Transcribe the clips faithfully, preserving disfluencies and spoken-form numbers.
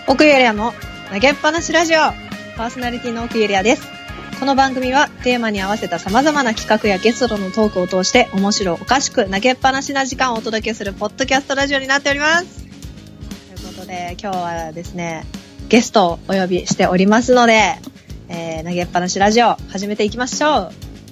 奥ゆりやの投げっぱなしラジオ、パーソナリティの奥ゆりやです。この番組はテーマに合わせた様々な企画やゲストとのトークを通して面白おかしく投げっぱなしな時間をお届けするポッドキャストラジオになっております。ということで今日はですね、ゲストをお呼びしておりますので、えー、投げっぱなしラジオ始めていきましょう。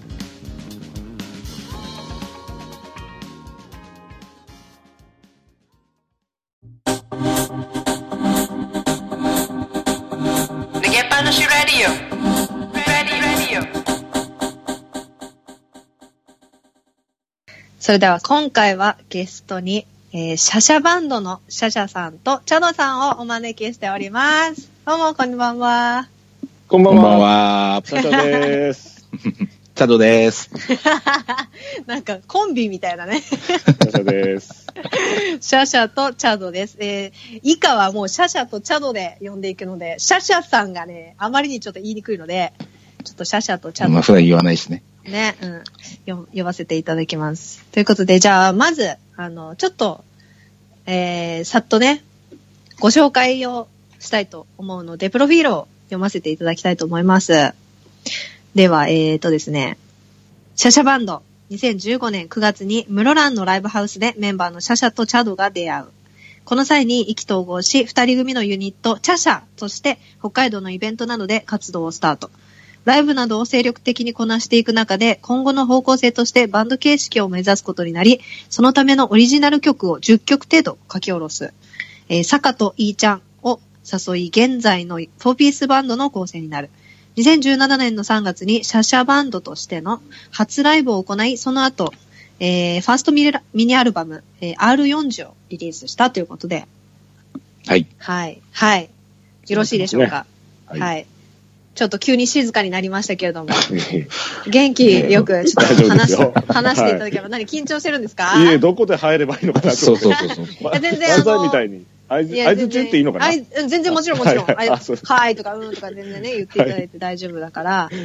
それでは今回はゲストに、えー、シャシャバンドのシャシャさんとチャドさんをお招きしております。どうもこんばんは。 こんばんは。シャシャです。 チャドです。 なんかコンビみたいなね。シャシャです。 シャシャとチャドです。えー、以下はもうシャシャとチャドで呼んでいくので、シャシャさんがね、あまりにちょっと言いにくいので、ちょっとシャシャとチャド。 まあ普段言わないしね。 ね、うん、呼ばせていただきます。ということで、じゃあ、まず、あの、ちょっと、えー、さっとね、ご紹介をしたいと思うので、プロフィールを読ませていただきたいと思います。では、えーとですね、シャシャバンド、にせんじゅうごねんくがつに室蘭のライブハウスでメンバーのシャシャとチャドが出会う。この際に意気投合し、二人組のユニット、チャシャとして北海道のイベントなどで活動をスタート。ライブなどを精力的にこなしていく中で、今後の方向性としてバンド形式を目指すことになり、そのためのオリジナル曲をじゅっきょく程度書き下ろす。えー、坂とイーちゃんを誘い、現在のフォーピースバンドの構成になる。にせんじゅうななねんのさんがつにシャシャバンドとしての初ライブを行い、その後、えー、ファーストミニアルバム、えー、アールよんじゅう をリリースしたということで。 はい。 はい。はい。よろしいでしょうか。はい。はい、ちょっと急に静かになりましたけれども、元気よくちょっと話し、話していただければ、はい、何緊張してるんんですか？ いえ、どこで入ればいいのかなと。 そうそうそうそう。 全然あのみたいに合図中っていいのかな？ 全然もちろんもちろん、はい、はいとかうんとか全然ね言っていただいて大丈夫だから。はい、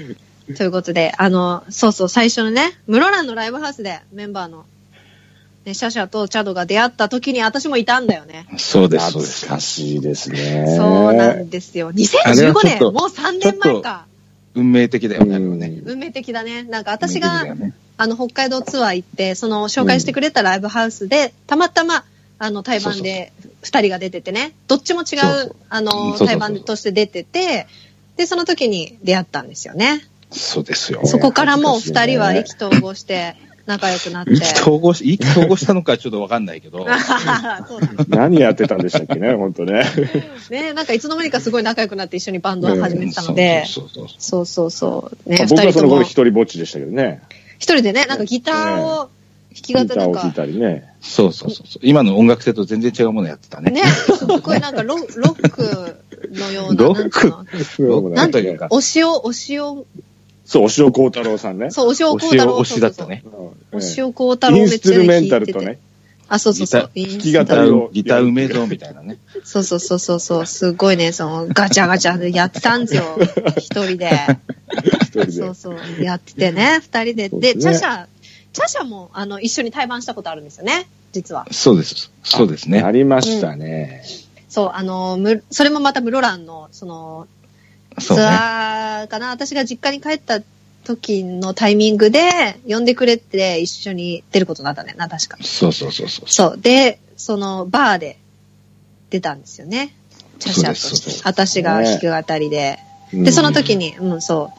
ということで、あのそうそう最初のね室蘭のライブハウスでメンバーのね、シャシャとチャドが出会った時に私もいたんだよね。 そうです、そうです。 懐かしいですね。 そうなんですよ。にせんじゅうごねん、もうさんねんまえか。 運命的だよね、あれはね。 運命的だね。なんか私が、ね、あの、北海道ツアー行って、その、紹介してくれたライブハウスで、うん、たまたま、あの、対バンで二人が出ててね、どっちも違う、そうそう、あの、対バンとして出てて、で、その時に出会ったんですよね。 そうですよ。 そこからもう二人は意気投合して、仲良くなって。 意気投合し、意気投合したのかちょっとわかんないけど。 そう何やってたんでしたっけね、本当ね。 ね、なんかいつの間にかすごい仲良くなって一緒にバンドを始めてたので。そうそうそうそう。 ね、僕はその頃一人ぼっちでしたけどね。 一人でね、なんかギターを弾き語りなんか。ギターを弾いたりね。 そうそうそう。今の音楽性と全然違うものやってたね。 ね、すごいなんかロロックのような。 ロックなんていうか。お塩、お塩。 そう、お塩幸太郎さんね。 そう、お塩幸太郎。 お塩だったね。 お塩幸太郎めっちゃインストゥルメンタルとね。 あ、そうそうそう。 弾き語りを。 ギターうめえぞ、みたいなね。 そうそうそうそうそう。すごいね、その、ガチャガチャでやってたんですよ。一人で。 一人で。 そうそう。やっててね、二人で。で、チャシャ、チャシャも、あの、一緒に対バンしたことあるんですよね。実は。 そうです。そうですね。 ありましたね。 そう、あの、む、それもまた室蘭の、その、ツアーかな。私が実家に帰った時のタイミングで呼んでくれて一緒に出ることになったねな、確か。 そうそうそうそう。 そう。で、そのバーで出たんですよね。チャシャとして。私が弾き語りで。で、その時に、うん、そう、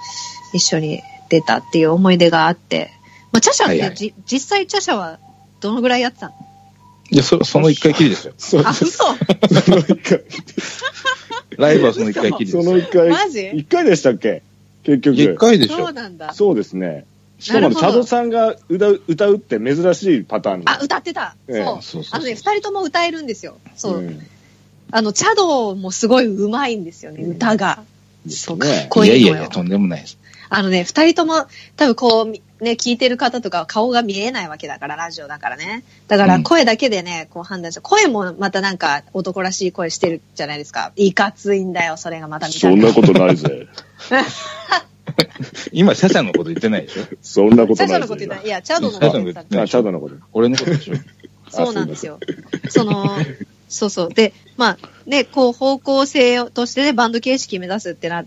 一緒に出たっていう思い出があって。まあ、チャシャって、はいはい、実際チャシャはどのぐらいやってたの？ いや、そ、その一回きりですよ。 あ、嘘その一回。 ライブはその一回きりです。 その一回。 マジ？ 一回でしたっけ？結局。 一回でしょ。 そうなんだ。 そうですね。しかも、チャドさんが歌う、歌うって珍しいパターン。 あ、歌ってた。 ええ、 そう。 そうそうそう。 あのね、二人とも歌えるんですよ。そう。うん、あの、チャドもすごい上手いんですよね、うん、歌が。そう、かっこいいのよ。 いやいやいや、とんでもないです。 あのね、二人とも、多分こう、ね、聞いてる方とか顔が見えないわけだから、ラジオだからね。だから声だけでね、こう判断して、声もまたなんか男らしい声してるじゃないですか。いかついんだよ、それがまた見たそんなことないぜ。 今、シャシャのこと言ってないでしょ？ そんなことないぜ。 シャシャのこと言ってない。いや、チャドのこと言ってた。 あ、チャドのこと。 俺のことでしょ？ そうなんですよ。その、 そうそう。で、まあ、ね、こう、方向性としてね、バンド形式目指すってなって、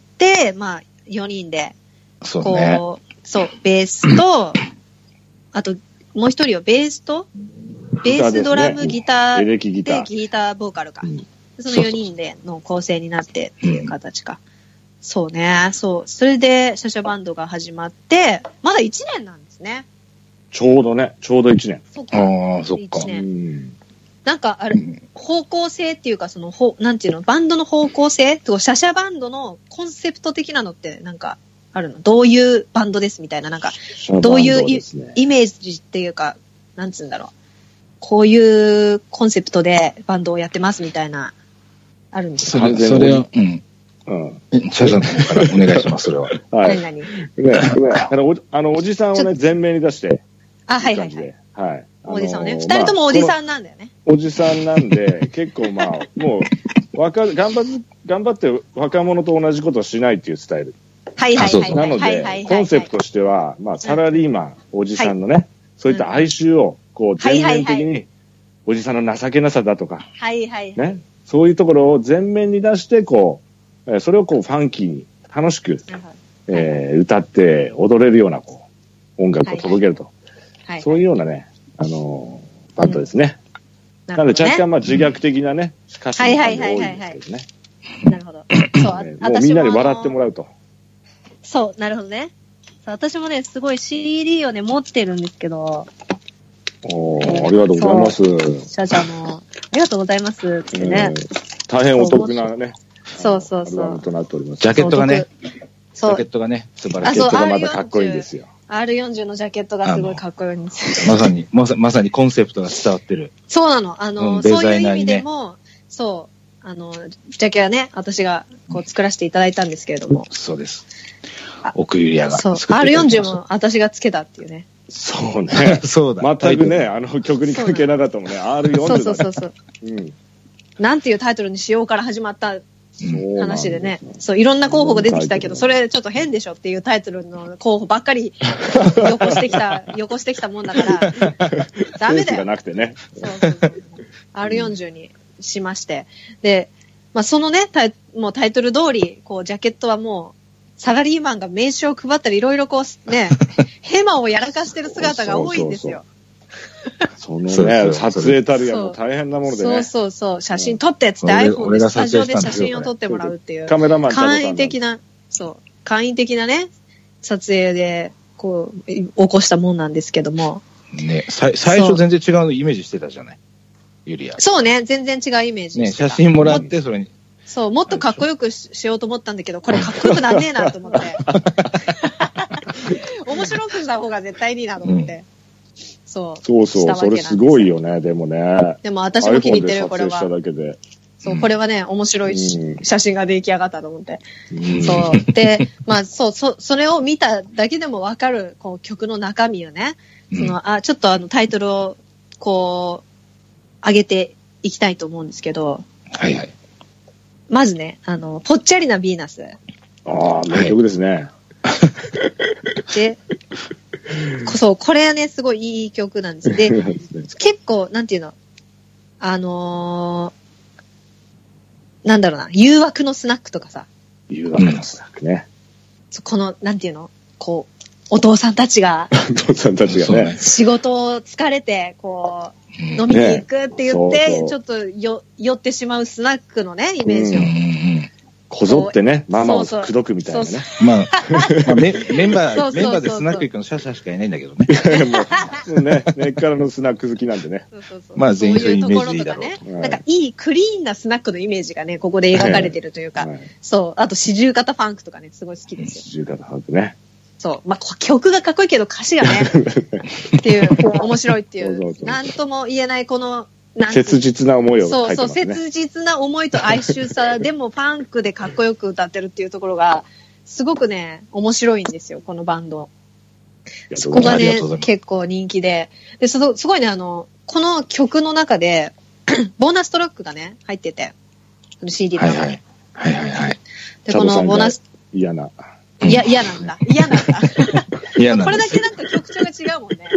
まあ、よにんで、 そうね。 こう、そう、ベースと、あと、もう一人はベースと、ベース、ドラム、ギターエレキギターで、ギター、ボーカルか。 うん、 そのよにんでの構成になってっていう形か。そうね、そう。それで、シャシャバンドが始まって、まだいちねんなんですね。 ちょうどね、ちょうどいちねん。 そっか。 ああ、そっか。 いちねん。 うん、 なんか、あれ、方向性っていうか、その、ほなんていうの、バンドの方向性と、シャシャバンドのコンセプト的なのって、なんか、あるの？どういうバンドですみたいな、なんか、どういう、ね、イメージっていうか、なんつうんだろう。こういうコンセプトでバンドをやってますみたいな、あるんですか？ それ、それは、うん。うん。シャシャの方からお願いします、それは。 はい。何々？ あの、お、あの、おじさんをね、前面に出して。 あ、はいはいはい。 はい。 おじさんをね。二人ともおじさんなんだよね。 おじさんなんで、結構まあ、もう、若、頑張っ、頑張って若者と同じことをしないっていうスタイル。 はいはいはい。 なので、コンセプトとしては、まあ、サラリーマン、おじさんのね、そういった哀愁を、こう、全面的に、おじさんの情けなさだとか、 はいはい。 ね。そういうところを前面に出して、こう、それをこう、ファンキーに、楽しく、えー、歌って踊れるような、こう、音楽を届けると。はいはい、そういうようなね、あのー、バンドですね。うん、なので、若干、まあ、自虐的なね、歌詞が多いんですけどね。 なるほど。そう、 ね、もうみんなに笑ってもらうと。 そう、なるほどね。私もね、すごい シーディー をね、持ってるんですけど。 おー、ありがとうございます。 シャシャの、ありがとうございますってね。 大変お得なね。 そうそうそう。 アルバムとなっております。 ジャケットがね、ジャケットがね、素晴らしい。 ジャケットがまたかっこいいんですよ。 アールよんじゅう のジャケットがすごいかっこいいんですよ。まさに、まさ、まさにコンセプトが伝わってる。 そうなの。あの、うん、そういう意味でも、そう、あの、ジャケはね、私がこう作らせていただいたんですけれども。 そうです。奥ゆりやがそう。アールよんじゅう も私がつけたっていうね。 そうね。 そうだ。 全くね、あの曲に関係なかったもんね。アールよんじゅう、ね。 そうそうそうそう。うん。なんていうタイトルにしようから始まった話でね。そう、いろんな候補が出てきたけど、それちょっと変でしょっていうタイトルの候補ばっかりよこしてきた、よこしてきたもんだから、ダメだよ。 がなくてね。 そうそうそう。アールよんじゅう にしまして。で、まあそのね、タイもうタイトル通り、こう、ジャケットはもう、サラリーマンが名刺を配ったり、いろいろこう、ね、ヘマをやらかしてる姿が多いんですよ。 そのね、撮影たるやも大変なものでね。 そうそうそう、写真撮ってっつって iPhone でスタジオで写真を撮ってもらうっていう。 カメラマン簡易的な、そう、簡易的なね、撮影で、こう、起こしたもんなんですけども。 ね、最初全然違うイメージしてたじゃない。ユリア。 そうね、全然違うイメージね、写真もらって、それに。 そう、もっとかっこよく し, しようと思ったんだけど、これかっこよくなんねえなと思って。面白くした方が絶対にいいなと思って。うん、そう。 そうそう、それすごいよね、でもね。 でも私も気に入ってるよ、これは。 撮影しただけで。 そう、これはね、面白い、うん、写真が出来上がったと思って。うん、そう。で、まあ、そう、そ、それを見ただけでもわかる、こう、曲の中身をね、その、うん、あ、ちょっとあの、タイトルを、こう、上げていきたいと思うんですけど。 はいはい。 まずね、あの、ぽっちゃりなヴィーナス。 ああ、名曲ですね。 で、そう、これはね、すごいいい曲なんです。で、結構、なんていうの、あのー、なんだろうな、誘惑のスナックとかさ。 誘惑のスナックね。 この、なんていうの、こう、お父さんたちが、 お父さんたちがね、 仕事を疲れて、こう、飲みに行くって言って、ね、そうそうちょっとよ酔ってしまうスナックのね、イメージを。 こぞってね、ママを口説くみたいなね。そうそうまあ、まあメ、メンバー、そうそうそうメンバーでスナック行くのシャシャしかいないんだけどね。 もうね、根っからのスナック好きなんでね。 そうそうそうまあ全員そういうイメージいいだろう。 そういうところとかね、はい、なんかいいクリーンなスナックのイメージがね、ここで描かれてるというか、はいはい、そう、あと四十肩ファンクとかね、すごい好きですよ。 四十肩ファンクね。 そう。まあ、曲がかっこいいけど歌詞がね、っていう、面白いっていう、そうそうそうなんとも言えないこの、 切実な思いを書いてますね。 そうそう、切実な思いと哀愁さ、でもファンクでかっこよく歌ってるっていうところが、すごくね、面白いんですよ、このバンド。そこがね、結構人気で。で、すご、すごいね、あの、この曲の中で、ボーナストラックがね、入ってて、シーディー の中に。 はいはい。はいはいはい。 で、このボーナス、 嫌な。 いや、嫌なんだ。嫌なんだ。 嫌なんだ。 これだけなんか曲調が違うもんね。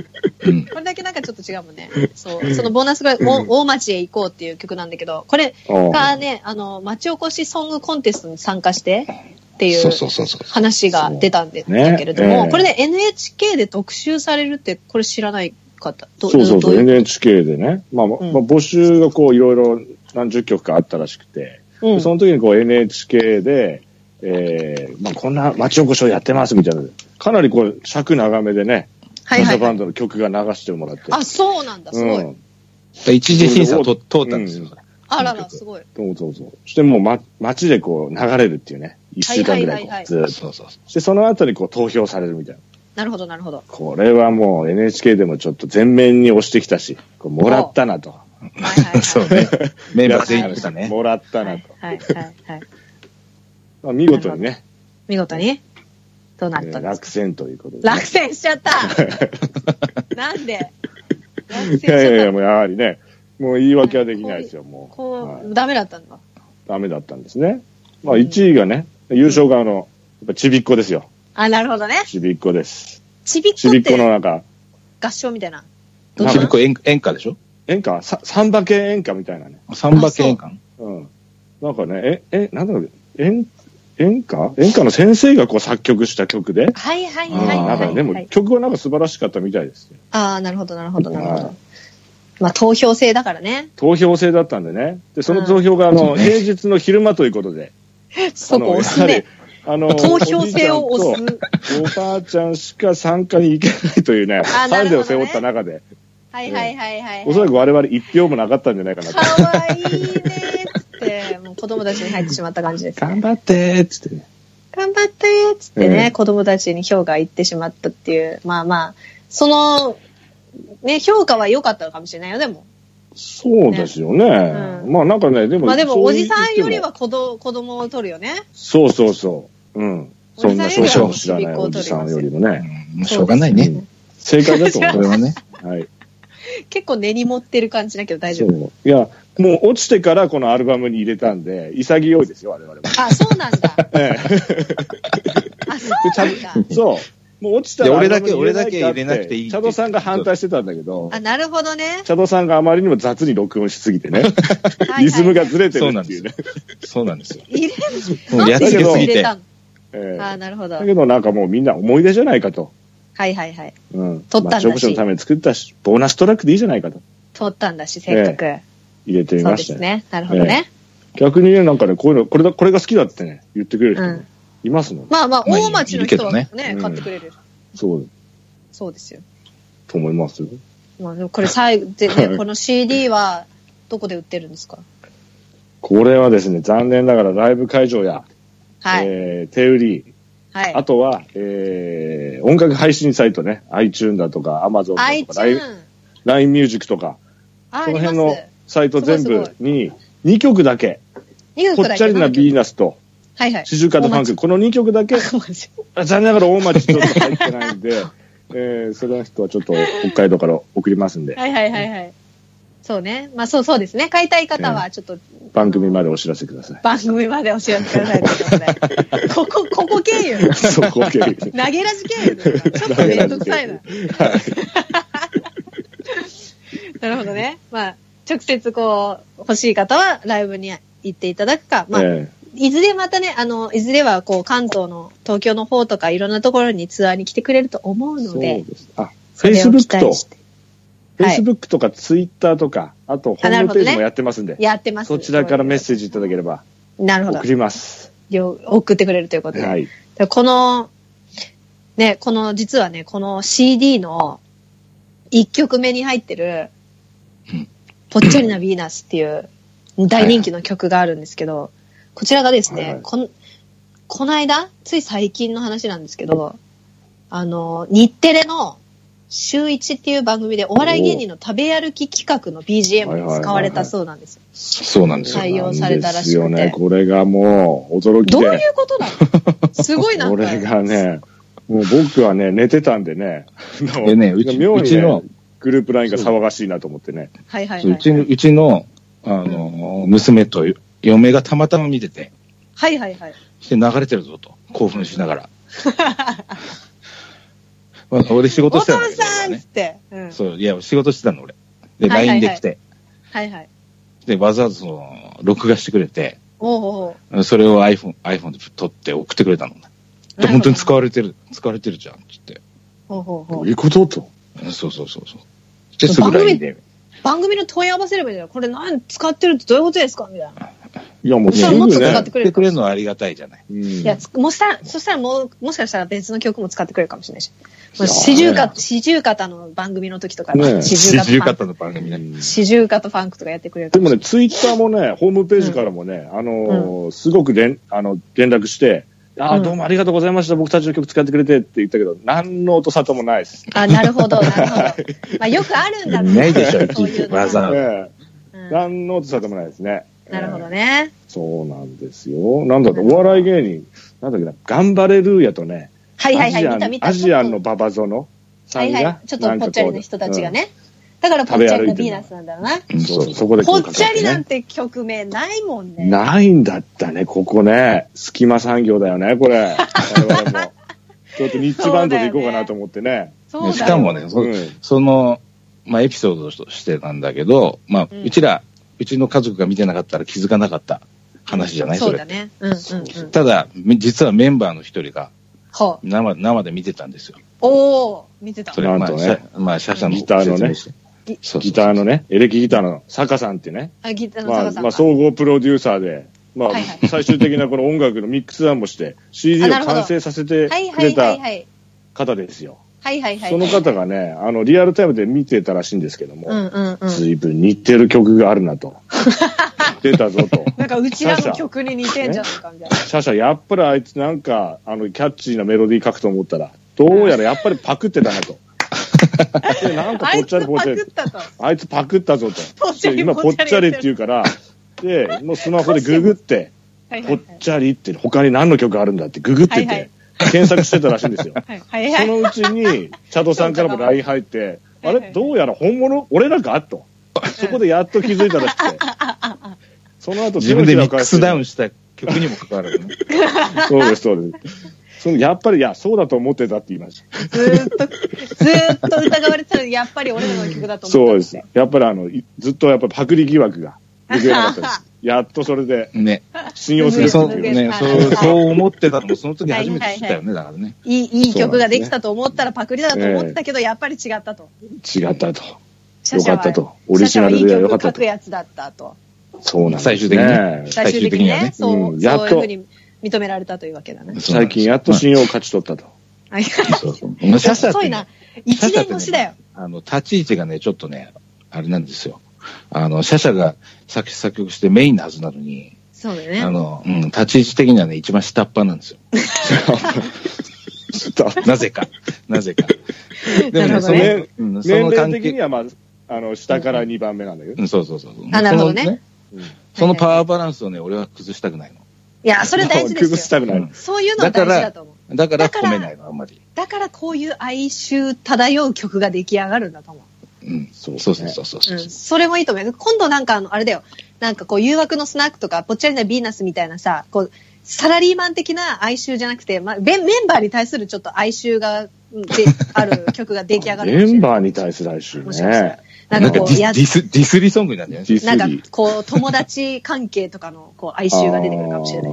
これだけなんかちょっと違うもんね。そう。そのボーナスが大町へ行こうっていう曲なんだけど、これがね、あの、町おこしソングコンテストに参加してっていう話が出たんだけれども、これで エヌエイチケー で特集されるって、これ知らないかった。 そうそうそう、エヌエイチケー でね。まあ、まあ、募集がこういろいろ何十曲かあったらしくて、うん、その時にこう エヌエイチケー で、えー、まあこんな町おこしをやってますみたいな。かなりこう尺長めでね、はいはい、バンドの曲が流してもらって。 あ、そうなんだ、すごい。うん、 一次審査を通ったんですよ。うん、 あらら、すごい。 そうそうそう。そしてもう、ま、街でこう流れるっていうね。一週間ぐらいこう、ずっと。そうそうそう。そしてその後にこう投票されるみたいな。 なるほど、なるほど。 これはもう エヌエイチケー でもちょっと全面に押してきたし、こうもらったなと。 はいはいはい。そうね。メンバー全員でしたね。 もらったなと。 はいはいはい。 まあ見事にね。 見事にどうなったんですか？ 落選ということで、 ね。落選しちゃったなんで落選しちゃった。 いやいやいや、もうやはりね、もう言い訳はできないですよ、もう。 こう、はい、ダメだったんだ。 ダメだったんですね。まあいちいがね、優勝側の、やっぱちびっこですよ。 あ、なるほどね。 ちびっこです。 ちびっこって。 ちびっこの中。 合唱みたいな。 ちびっこ演歌でしょ？ 演歌さ三馬系演歌みたいなね。 三馬系演歌？ うん。なんかね、え、え、なんだろう、演、演歌演歌の先生がこう作曲した曲で。 はいはいはい、はい。 なんかでも曲はなんか素晴らしかったみたいです。 ああ、なるほどなるほどなるほど。まあ投票制だからね。 投票制だったんでね。で、その投票があの、平日の昼間ということで。 そこ押すね。 あの、 投票制を押す。 おばあちゃんしか参加に行けないというね、ハンデを背負った中で。 はいはいはいはい。 おそらく我々一票もなかったんじゃないかなと。 かわいいねーって、もう子供たちに入ってしまった感じです、ね。 頑張ってーっつってね。 頑張ってーっつってね、うん、子供たちに票が行ってしまったっていう。まあまあ、その、ね、評価は良かったのかもしれないよ、でも。 そうですよね。ねうん、まあなんかね、でも。 まあでも、おじさんよりは子ど子供を取るよね。 そうそうそう。うん。そんな少々も知らないおじさんよりもね。 うん、しょうがないね。 正解だと思う。これはね。はい。 結構根に持ってる感じだけど大丈夫。そう。 いや、もう落ちてからこのアルバムに入れたんで、潔いですよ、我々は。 あ、そうなんだ。ええ。あ、そうなんだ。 そう。もう落ちたら俺だけ、俺だけ入れなくていい。 チャドさんが反対してたんだけど。 あ、なるほどね。 チャドさんがあまりにも雑に録音しすぎてね。リズムがずれてるっていうね。 そうなんですよ。 入れるもうやっつけすぎて。 えー、あ、なるほど。 だけどなんかもうみんな思い出じゃないかと。 はいはいはい。 うん。 撮ったんだし。 町おこしのために作ったし、ボーナストラックでいいじゃないかと。 撮ったんだし、せっかく。えー、入れてみましたね。そうですね。なるほどね。 えー、逆にね、なんかね、こういうの、これだ、これが好きだってね、言ってくれる人、うん、いますもん。 まあまあ、大町の人はね、ね買ってくれる。 そう。 そうですよ。 と思いますよ。 まあでもこれ最後でね、この シーディー はどこで売ってるんですか？ これはですね、残念ながらライブ会場や、 はい、 えー、手売り、はい、あとは、えー、音楽配信サイトね、iTunes だとか Amazon だとか ライン ミュージックとか、その辺のサイト全部ににきょくだけ、ぽっちゃりなビーナスと、 はいはい。 四十肩ファンク、このにきょくだけ、残念ながら大町ちょっと入ってないんで、えー、それの人はちょっと北海道から送りますんで。 はいはいはいはい。そうね。まあそうそうですね。買いたい方はちょっと、えー、 番組までお知らせください。 番組までお知らせくださいということで。ここ、ここ経由。 そう、ここ経由。 投げラジ経由ですか。ちょっとめんどくさいな。はい、なるほどね。まあ、直接こう、欲しい方はライブに行っていただくか。まあ、えーいずれまたね、あの、いずれはこう、関東の、東京の方とかいろんなところにツアーに来てくれると思うので。そうです。 あ、Facebook と、Facebook とか Twitter とか、あと、ホームページもやってますんで。 ね、やってます。 そちらからメッセージいただければ。 なるほど。 送ります。 送ってくれるということで。 はい。 この、ね、この、実はね、この シーディー のいっきょくめに入ってる、ぽっちゃりなヴィーナスっていう大人気の曲があるんですけど、こちらがですね、はいはい、この、この間、つい最近の話なんですけど、あの、日テレの週一っていう番組でお笑い芸人の食べ歩き企画の ビージーエム に使われたそうなんですよ。 そうなんですよ。 採用されたらしくて。 ですよね。これがもう驚きで。 どういうことなの？すごいなんか。 これがね、もう僕はね、寝てたんでね。 でね、うち、 妙にね、 うちのグループラインが騒がしいなと思ってね。 はいはいはい、はい。 うちの、うちの、あの、うん、娘と嫁がたまたま見てて。 はいはいはい。 して流れてるぞと。興奮しながら。まあ、俺仕事してたんだけど、ね。 お父さんっつって。ううん、 そう、いや、仕事してたの、俺。で、 はいはいはい、 ライン で来て。 はいはい。 で、わざわざその、録画してくれて、 おうおうそれを iPhone、iPhone で撮って送ってくれたのね。で、本当に使われてる、使われてるじゃん、って言って。 ほうほうほう。 どういうことと。 そうそうそうそう。で、すぐ ライン で。 番組の問い合わせればいいじゃん。これ何使ってるってどういうことですかみたいな。 いや、もうすぐね。 もっと使ってくれるくれるのはありがたいじゃない。 うん、いや、もしたら、そしたらもう、もしかしたら別の曲も使ってくれるかもしれないし。四十肩、四十肩の番組の時とかね。四十肩の番組ね。 四十肩ファンクとかやってくれるかもしれない。でもね、ツイッターもね、ホームページからもね、うん、あのーうん、すごく連、あの、連絡して、あ、どうもありがとうございました。僕たちの曲使ってくれてって言ったけど、何の音沙汰もないです。 あ、なるほど、なるほど。まあ、よくあるんだろうね。ないでしょ、そういうの。わざわざ。 何の音沙汰もないですね。 なるほどね。 そうなんですよ。なんだろう、お笑い芸人、なんだっけな、頑張れるやとね、 はいはいはい、見た見た。 アジアンのババゾノさんが、 はいはい、ちょっとぽっちゃりの人たちがね。だからぽっちゃりのヴィーナスなんだろうな。 そう、そこでぽっちゃりなんて曲名ないもんね。 ないんだったね、ここね。隙間産業だよね、これ。我々も。ちょっとニッチバンドでいこうかなと思ってね。 そうしかもね、そ, うん、その、まあ、エピソードとしてなんだけど、まあ、うん、うちら、うちの家族が見てなかったら気づかなかった話じゃない、それ。 そうだね。うんうんうん、 ただ、実はメンバーの一人が生、生で見てたんですよ。 おー、見てた。 それはまあ、ね、まあ、シャシャのギターのね、ギターのね、エレキギターの坂さんってね、 あ、ギターの坂さん、 まあ、まあ、総合プロデューサーで、まあ、はいはい、最終的なこの音楽のミックス案もして、シーディー を完成させてくれた方ですよ。 はいはいはい。 その方がね、あの、リアルタイムで見てたらしいんですけども、 うんうんうん、 随分似てる曲があるなと。出たぞと。 なんかうちらの曲に似てんじゃないかみたいな。 シャシャ、やっぱりあいつなんか、あの、キャッチーなメロディー書くと思ったら、どうやらやっぱりパクってたなと。でなんかぽっちゃりぽっちゃり。あいつパクったぞと。今ぽっちゃりって言うから、で、もうスマホでググって、ぽっちゃりって他に何の曲あるんだってググってて、はいはい、検索してたらしいんですよ。はいはいはい、そのうちに、チャドさんからも ライン 入って、あれどうやら本物俺らかと。そこでやっと気づいたらしくて。その後自分でミックスダウンした曲にもかかわらずね。 そうです、そうです。そのやっぱり、いや、そうだと思ってたって言いました。 ずーっと、ずーっと疑われてたのに、やっぱり俺らの曲だと思ってた。 そうです。やっぱりあの、ずっとやっぱパクリ疑惑が抜けなかったです。やっとそれで、ね、信用するっていうね。そう、そう思ってたのもその時初めて知ったよね、だからね。 いい、いい曲ができたと思ったらパクリだと思ってたけど、やっぱり違ったと。 違ったと。よかったと。オリジナルでよかったと。 書くやつだったと。 そうなんです。 最終的にね。 最終的にね。そう、やっと。そういうふうに認められたというわけだね。 最近やっと信用を勝ち取ったと。 はい。そうそう。遅いな。一年越しだよ。 あの、立ち位置がね、ちょっとね、あれなんですよ。あの、シャシャが作詞作曲してメインなはずなのに、 そうだよね。 あの、うん、立ち位置的にはね、一番下っ端なんですよ。なぜか。なぜか。 でもね、その、うん、年齢的にはまあ、あの、下からにばんめなんだけど。 うん、そうそうそう。 あ、なるほどね。 そのパワーバランスをね、俺は崩したくないの。 いや、それ大事ですよ。 崩したくない。 そういうのは大事だと思う。 だから、褒めないの、あんまり。 だから、こういう哀愁漂う曲が出来上がるんだと思う。 うん、そうそうそうそうそう、うん。 それもいいと思う。今度なんかあの、あれだよ。なんかこう、誘惑のスナックとか、ぽっちゃりなヴィーナスみたいなさ、こう、サラリーマン的な哀愁じゃなくて、まあ、メンバーに対するちょっと哀愁が、で、ある曲が出来上がる。 メンバーに対する哀愁ね。もしかしたら。 なんかこう、ディス、ディスリソングになるんじゃないですか。なんかこう、友達関係とかの、こう、哀愁が出てくるかもしれない。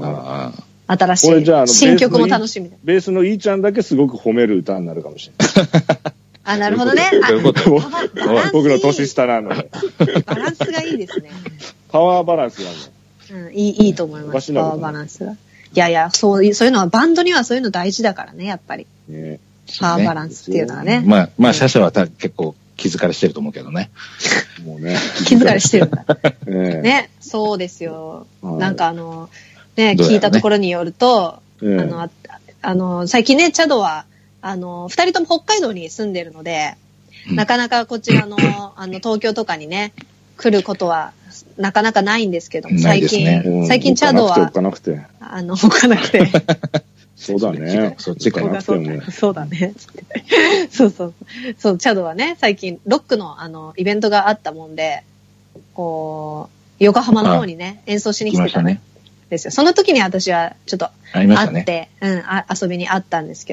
新しい。新曲も楽しみだ。 ベースのイーちゃんだけすごく褒める歌になるかもしれない。 あ、なるほどね。 僕の年下なので。 バランスがいいですね。 パワーバランスがあるの。うん、いい、いいと思います。パワーバランスが。いやいや、そういう、そういうのは、バンドにはそういうの大事だからね、やっぱり。ね、パワーバランスっていうのはね。 まあ、まあ、シャシャはた結構気疲れしてると思うけどね。 もうね。 気疲れしてるんだ。ね、そうですよ。なんかあの、ね、聞いたところによると、あの、あの、最近ね、チャドは、あの、二人とも北海道に住んでるので、うん、なかなかこちらの、あの、東京とかにね、来ることは、なかなかないんですけども、最近、ね、最近チャドは、 置かなくて、 あの、置かなくて。 そうだね。 そっちかなくても。 そうだね。そうそう。そう、チャドはね、最近、ロックの、あの、イベントがあったもんで、こう、横浜の方にね、演奏しに来てたんですよ。その時に私は、ちょっと、会って、うん、あ、遊びに会ったんですけど、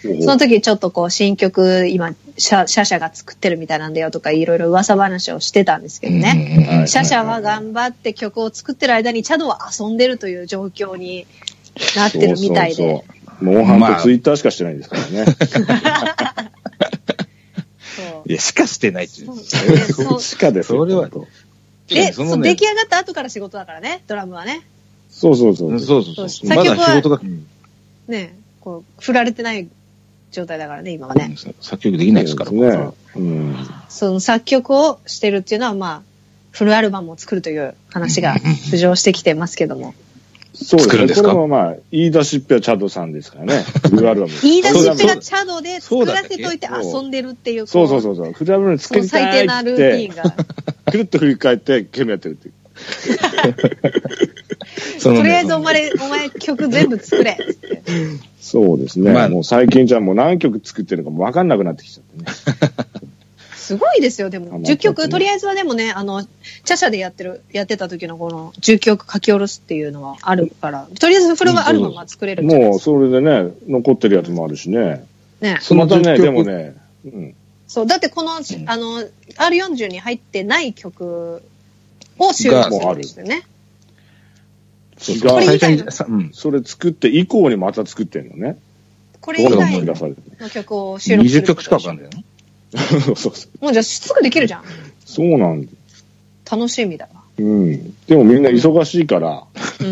その時ちょっとこう新曲今シャシャシャが作ってるみたいなんだよとかいろいろ噂話をしてたんですけどね。シャシャは頑張って曲を作ってる間にチャドは遊んでるという状況になってるみたいで。そうそうそうモンハンとツイッターしかしてないんですからね。 いや、しかしてないっていう。 そうしかですよ。 それは。 え、そう、出来上がった後から仕事だからね、ドラムはね。 そうそうそう。 そうそうそう。まだ仕事が。 ね、こう、振られてない状態だからね、今はね。 作曲できないですからね。うん。 その作曲をしてるっていうのは、まあ、フルアルバムを作るという話が浮上してきてますけども。 そうですね。これもまあ、言い出しっぺはチャドさんですからね。フルアルバム。 言い出しっぺがチャドで作らせといて遊んでるっていう。 そうそうそうそう。フルアルバム作りたいって。最低なルーティンが。くるっと振り返ってゲームやってるっていう。 とりあえずお前、お前曲全部作れって。 そうですね。まあ、もう最近じゃもう何曲作ってるかも分かんなくなってきちゃってね。 すごいですよ、でも。じゅっきょく、とりあえずはでもね、あの、チャシャでやってる、やってた時のこのじゅっきょく書き下ろすっていうのはあるから、とりあえずフルアルバムは作れるんじゃないですか。 もう、それでね、残ってるやつもあるしね。 ね。 そのためね、でもね、うん。 そう、だってこの、あの、アールよんじゅう に入ってない曲を収録するんですよね。 違う。これ以外の、うん、それ作って以降にまた作ってんのね。 これ以外の曲を収録する。 にじゅっきょくしかわかんないよね。 そうそう。 もうじゃあすぐできるじゃん。 そうなんだ。 楽しみだな。 うん。でもみんな忙しいから。うん。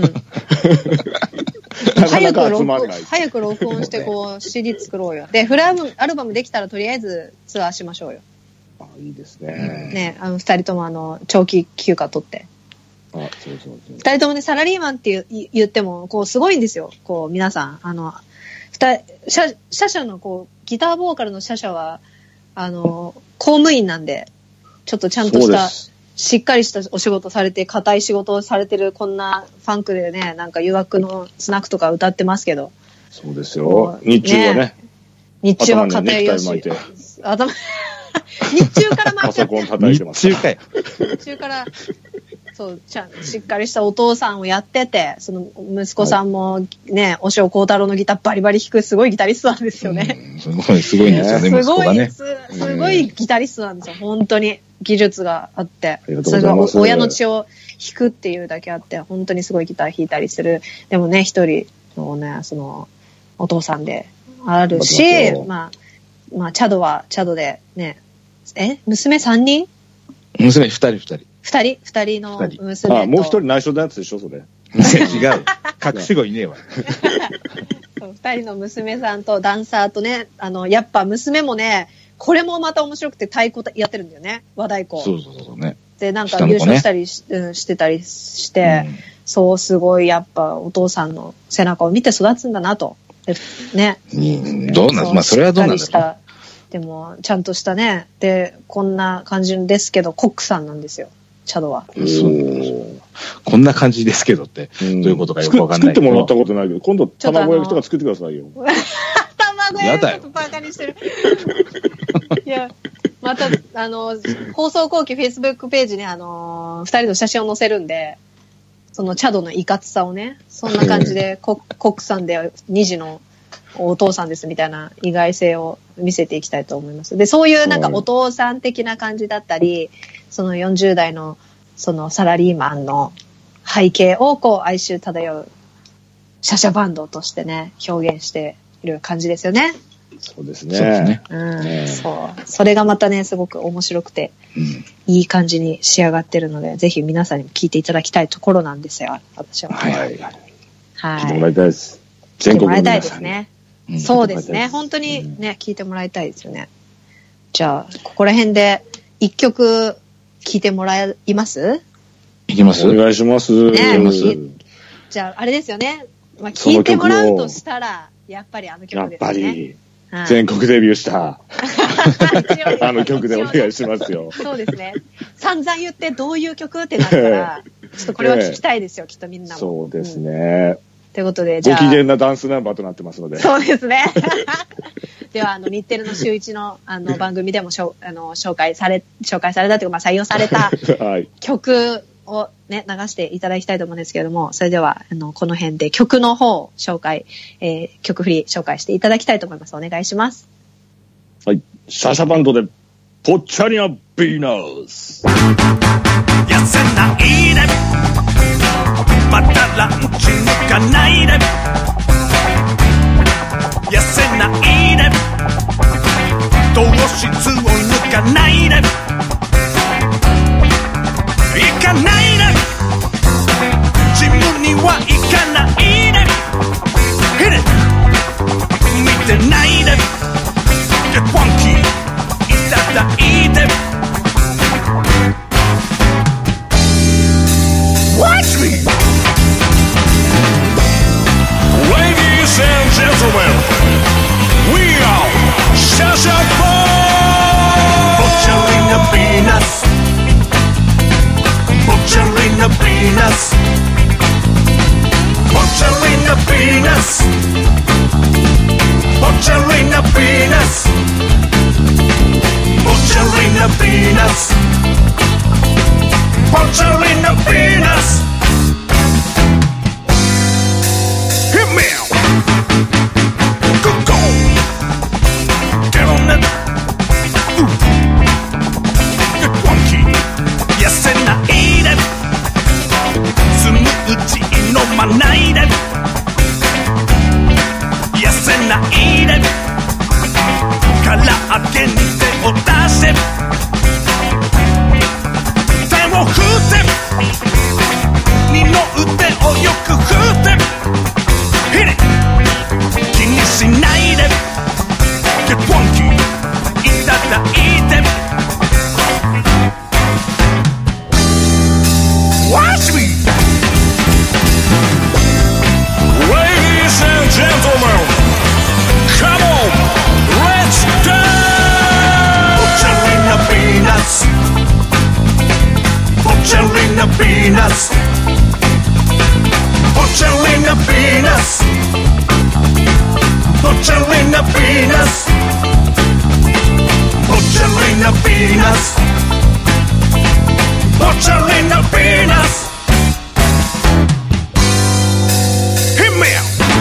早く録音、早く録音してこう シーディー 作ろうよ。で、フルアルバム、アルバムできたらとりあえずツアーしましょうよ。 あ、いいですね。 ね、あの二人ともあの長期休暇取って。 あ、そうそうそう。 二人ともね、サラリーマンって言っても、こう、すごいんですよ。こう、皆さん。あの、二人、シャ、シャシャのこう、ギターボーカルのシャシャは、あの、公務員なんで、ちょっとちゃんとした、しっかりしたお仕事されて、固い仕事をされてる、こんなファンクでね、なんか誘惑のスナックとか歌ってますけど。 そうですよ。日中はね。ね日中は固いよし。頭、日中から巻いて。 パソコン叩いてます。 日中かよ。 日中から、そう、ちゃん、しっかりしたお父さんをやってて、その息子さんもね、おしょうこうたろうのギターバリバリ弾くすごいギタリストなんですよね。 すごい、すごいんですよね、息子がね。 すごい、すごいギタリストなんですよ、本当に。技術があって。それが親の血を弾くっていうだけあって、本当にすごいギター弾いたりする。でもね、一人のね、その、お父さんであるし、まあ、まあ、チャドはチャドでね、え娘さんにん娘二人二人。 二人二人の娘と。 あ、もう一人内緒のやつでしょ、それ。違う。 隠し子いねえわ。 二人の娘さんとダンサーとね、あの、やっぱ娘もね、これもまた面白くて太鼓やってるんだよね。和太鼓。 そうそうそうね。 で、なんか優勝したり し,、ねうん、してたりして、うん、そう、すごいやっぱお父さんの背中を見て育つんだなと。ね。 うん、どうなんまあそれはどうなんだろう。 でも、ちゃんとしたね。で、こんな感じですけど、コックさんなんですよ。チャドは。 こんな感じですけどって、どういうことかよくわかんない。 作ってもらったことないけど、今度卵焼きとか作ってくださいよ。 卵焼きちょっとバカにしてる。いや、また、あの、放送後期 Facebook ページにあの、二人の写真を載せるんで、そのチャドのいかつさをね、そんな感じで、コックさんでに児のお父さんですみたいな意外性を見せていきたいと思います。で、そういうなんかお父さん的な感じだったり、そのよんじゅう代のそのサラリーマンの背景をこう哀愁漂うシャシャバンドとしてね、表現している感じですよね。 そうですね。そうですね。 うん、ね、そう。それがまたね、すごく面白くて、うん、いい感じに仕上がってるので、ぜひ皆さんにも聞いていただきたいところなんですよ、私は。 はい。はい。 聞いてもらいたいです。 全国の皆さんに。聞いてもらいたいですね。うん、そうですね。本当にね、聞いてもらいたいですよね。じゃあ、ここら辺で一曲聞いてもらいますいきますお願いします。 ね、じゃあ、あれですよね。まあ、聞いてもらうとしたら、やっぱりあの曲ですね。 やっぱり、はい、全国デビューした、あの曲でお願いしますよ。 そうですね。散々言ってどういう曲ってなったら、ちょっとこれは聞きたいですよ、きっとみんなも。 そうですね。 ということで、じゃあ。 ご機嫌なダンスナンバーとなってますので。 そうですね。では、あの、日テレの週一の、あの、番組でもしょあの紹介され、紹介されたというか、まあ、採用された曲をね、流していただきたいと思うんですけれども、それでは、あの、この辺で曲の方を紹介、えー、曲振り紹介していただきたいと思います。お願いします。 はい。シャシャバンドで、ぽっちゃりなビーナーズ。 痩せないで、またランチ抜かないで、痩せないで、糖質を抜かないで、行かないで、ジムには行かないで、ヒッ見てないで、Get funky いただいて Watch me Ladies and gentlemen We are Shasha Boy Butchering a penis Butchering a penis Butchering a penis Butchering a penis Butchering a penis Butchering a penis Hit me Go go Get on it Ooh Get funky Yes and I eat it スムージー飲まないで Yes and I eat it 唐揚げに手を出して手を振って二の腕をよく振ってヒリ気にしないで Get funky いただいて Watch me Ladies and gentlemen Come on Let's dance Butchering a penis Butchering a penis Butchering a penis Butchering a penis Butchering a penis Butchering a penis Hit me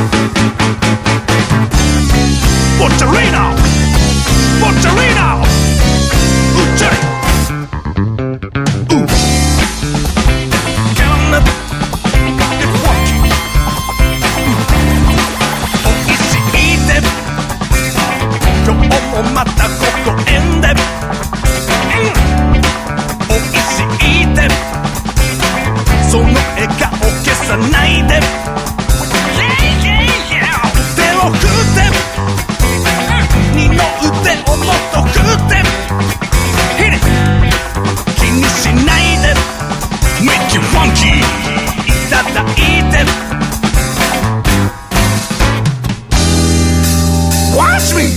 Butcherino Butcherino Ooh, Jerry Ooh Get on it Get funky Ooh おいしいで今日もまたここへんでおいしいでその笑顔消さないで Yeah, yeah, yeah 手を振って二の腕をもっと振ってヒリ気にしないで Make you funky いただいて Watch me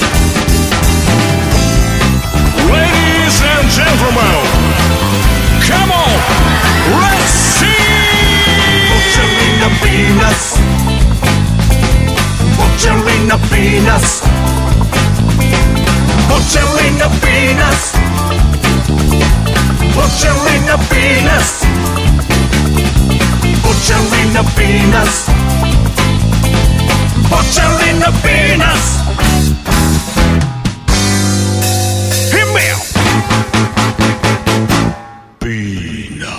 Ladies and gentlemen Come on Let's see Butchering a penis Butchering a penis Butchering a penis Butchering a penis Butchering a penis Butchering a penis Hit me Penis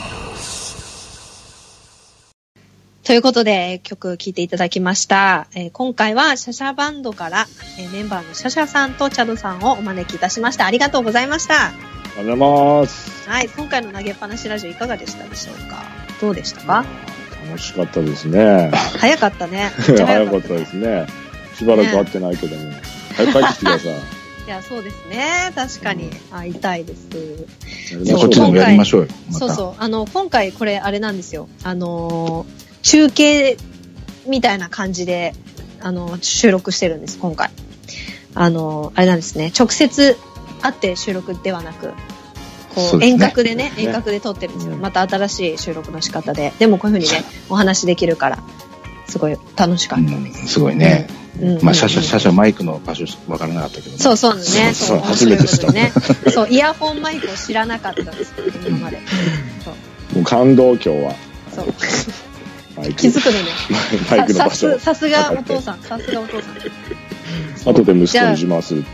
ということで曲聴いていただきました、えー、今回はシャシャバンドから、えー、メンバーのシャシャさんとチャドさんをお招きいたしました。ありがとうございました。 ありがとうございます。 はい、今回の投げっぱなしラジオいかがでしたでしょうか。どうでしたか。 楽しかったですね。 早かったね。 早かったですね。しばらく会ってないけども、ね、早く帰ってきてください。 いや、そうですね。確かに会いたいです。 こっちでもやりましょうよ。またそうそう。あの、今回これあれなんですよ。あの、中継みたいな感じで、あの、収録してるんです、今回。あの、あれなんですね。直接会って収録ではなく、こう、うね、遠隔でね、遠隔で撮ってるんですよ。また新しい収録の仕方で。でもこういう風にね、お話できるから、すごい楽しかったです。 うん、すごいね。うんうん、まあ、シャシャ、シャシャマイクの場所わからなかったけどね。 そうそうね。そうそう、初めてした。 ね。そう、イヤホンマイクを知らなかったんですけど、今まで。そう。 もう感動今日は。 そう。気づくのね。 マイクの場所。 さすがお父さん。さすがお父さん。 後で息子に自慢する。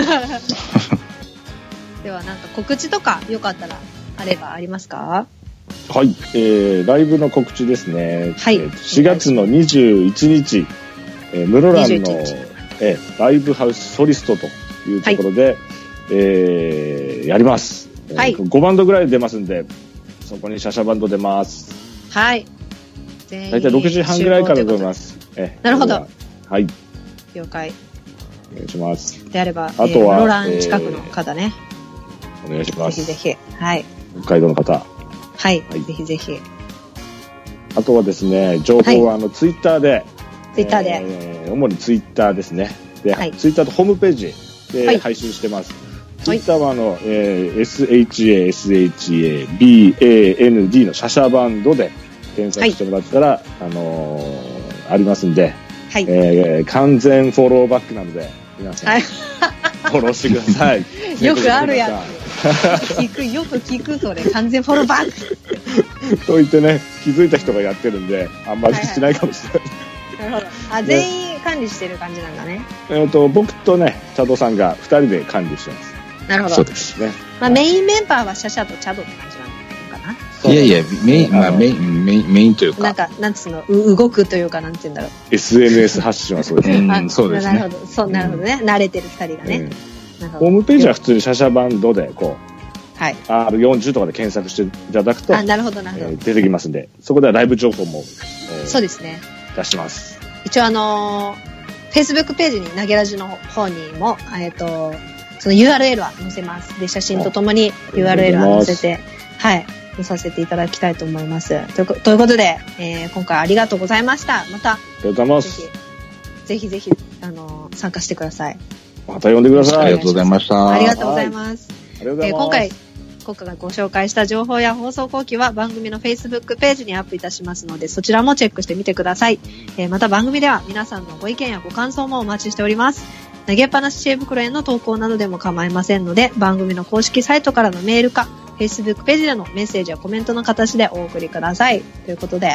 ではなんか告知とかよかったらあればありますか？ はい、えー、ライブの告知ですね。 はい。 えー、しがつのにじゅういちにち、えー、室蘭の、えー、ライブハウスソリストというところで、はい、えー、やります。はい。ごバンドぐらい出ますんで、そこにシャシャバンド出ます。 はい。 だいたいろくじはんぐらいから出ます。 えー、なるほど。 はい。 了解。 お願いします。 であれば、あとは、えー、室蘭近くの方ね、 えー。お願いします。 ぜひぜひ。はい。 北海道の方。 はい、はい、ぜひぜひ。 あとはですね、情報はあの、ツイッターで、 ツイッターで、 えー、主にツイッターですね。で、はい、ツイッターとホームページで配信してます。ツイッターはあの、えー、エスエイチエーエスエイチエービーエーエヌディー のシャシャバンドで検索してもらったら、はい、あのー、ありますんで、はい、えー、完全フォローバックなので、皆さん、はい、フォローしてください。 よくあるやつ。聞く、よく聞く、それ。完全フォローバックと言ってね、気づいた人がやってるんで、あんまりしないかもしれない。 はいはい、なるほど。あ、全員管理してる感じなんだね。 えっと、僕とね、チャドさんがふたりで管理してます。 なるほど。 そうですね。 まあ、メインメンバーはシャシャとチャドって感じなのかな。 いやいや、メイン、まあ、メイン、メイン、メインというか。 なんか、なんつうの、う動くというか、なんて言うんだろう。 エスエヌエス 発信はそうですね。 うん、そうですね。 なるほど。そう、なるほどね。慣れてるふたりがね。 ホームページは普通にシャシャバンドで、こう、 はい、 アールよんじゅう とかで検索していただくと、 あ、なるほどなるほど、 えー、出てきますんで、そこではライブ情報も、 えー、そうですね、 出します。 一応あのー、Facebook ページに投げラジの方にも、えっと、その ユーアールエル は載せます。で、写真とともに ユーアールエル は載せて、はい、載させていただきたいと思います。という、ということで、えー、今回ありがとうございました。また、 ありがとうございます。 ぜひぜひ、あのー、参加してください。 また呼んでください。 ありがとうございました。 ありがとうございます。 ありがとうございます。 えー、今回、今回ご紹介した情報や放送後期は番組の Facebook ページにアップいたしますので、そちらもチェックしてみてください。えー、また番組では皆さんのご意見やご感想もお待ちしております。投げっぱなし知恵袋への投稿などでも構いませんので、番組の公式サイトからのメールか Facebook ページでのメッセージやコメントの形でお送りください。ということで、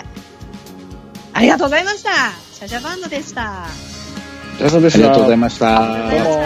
ありがとうございました。シャシャバンドでした。 シャシャでした。 ありがとうございました。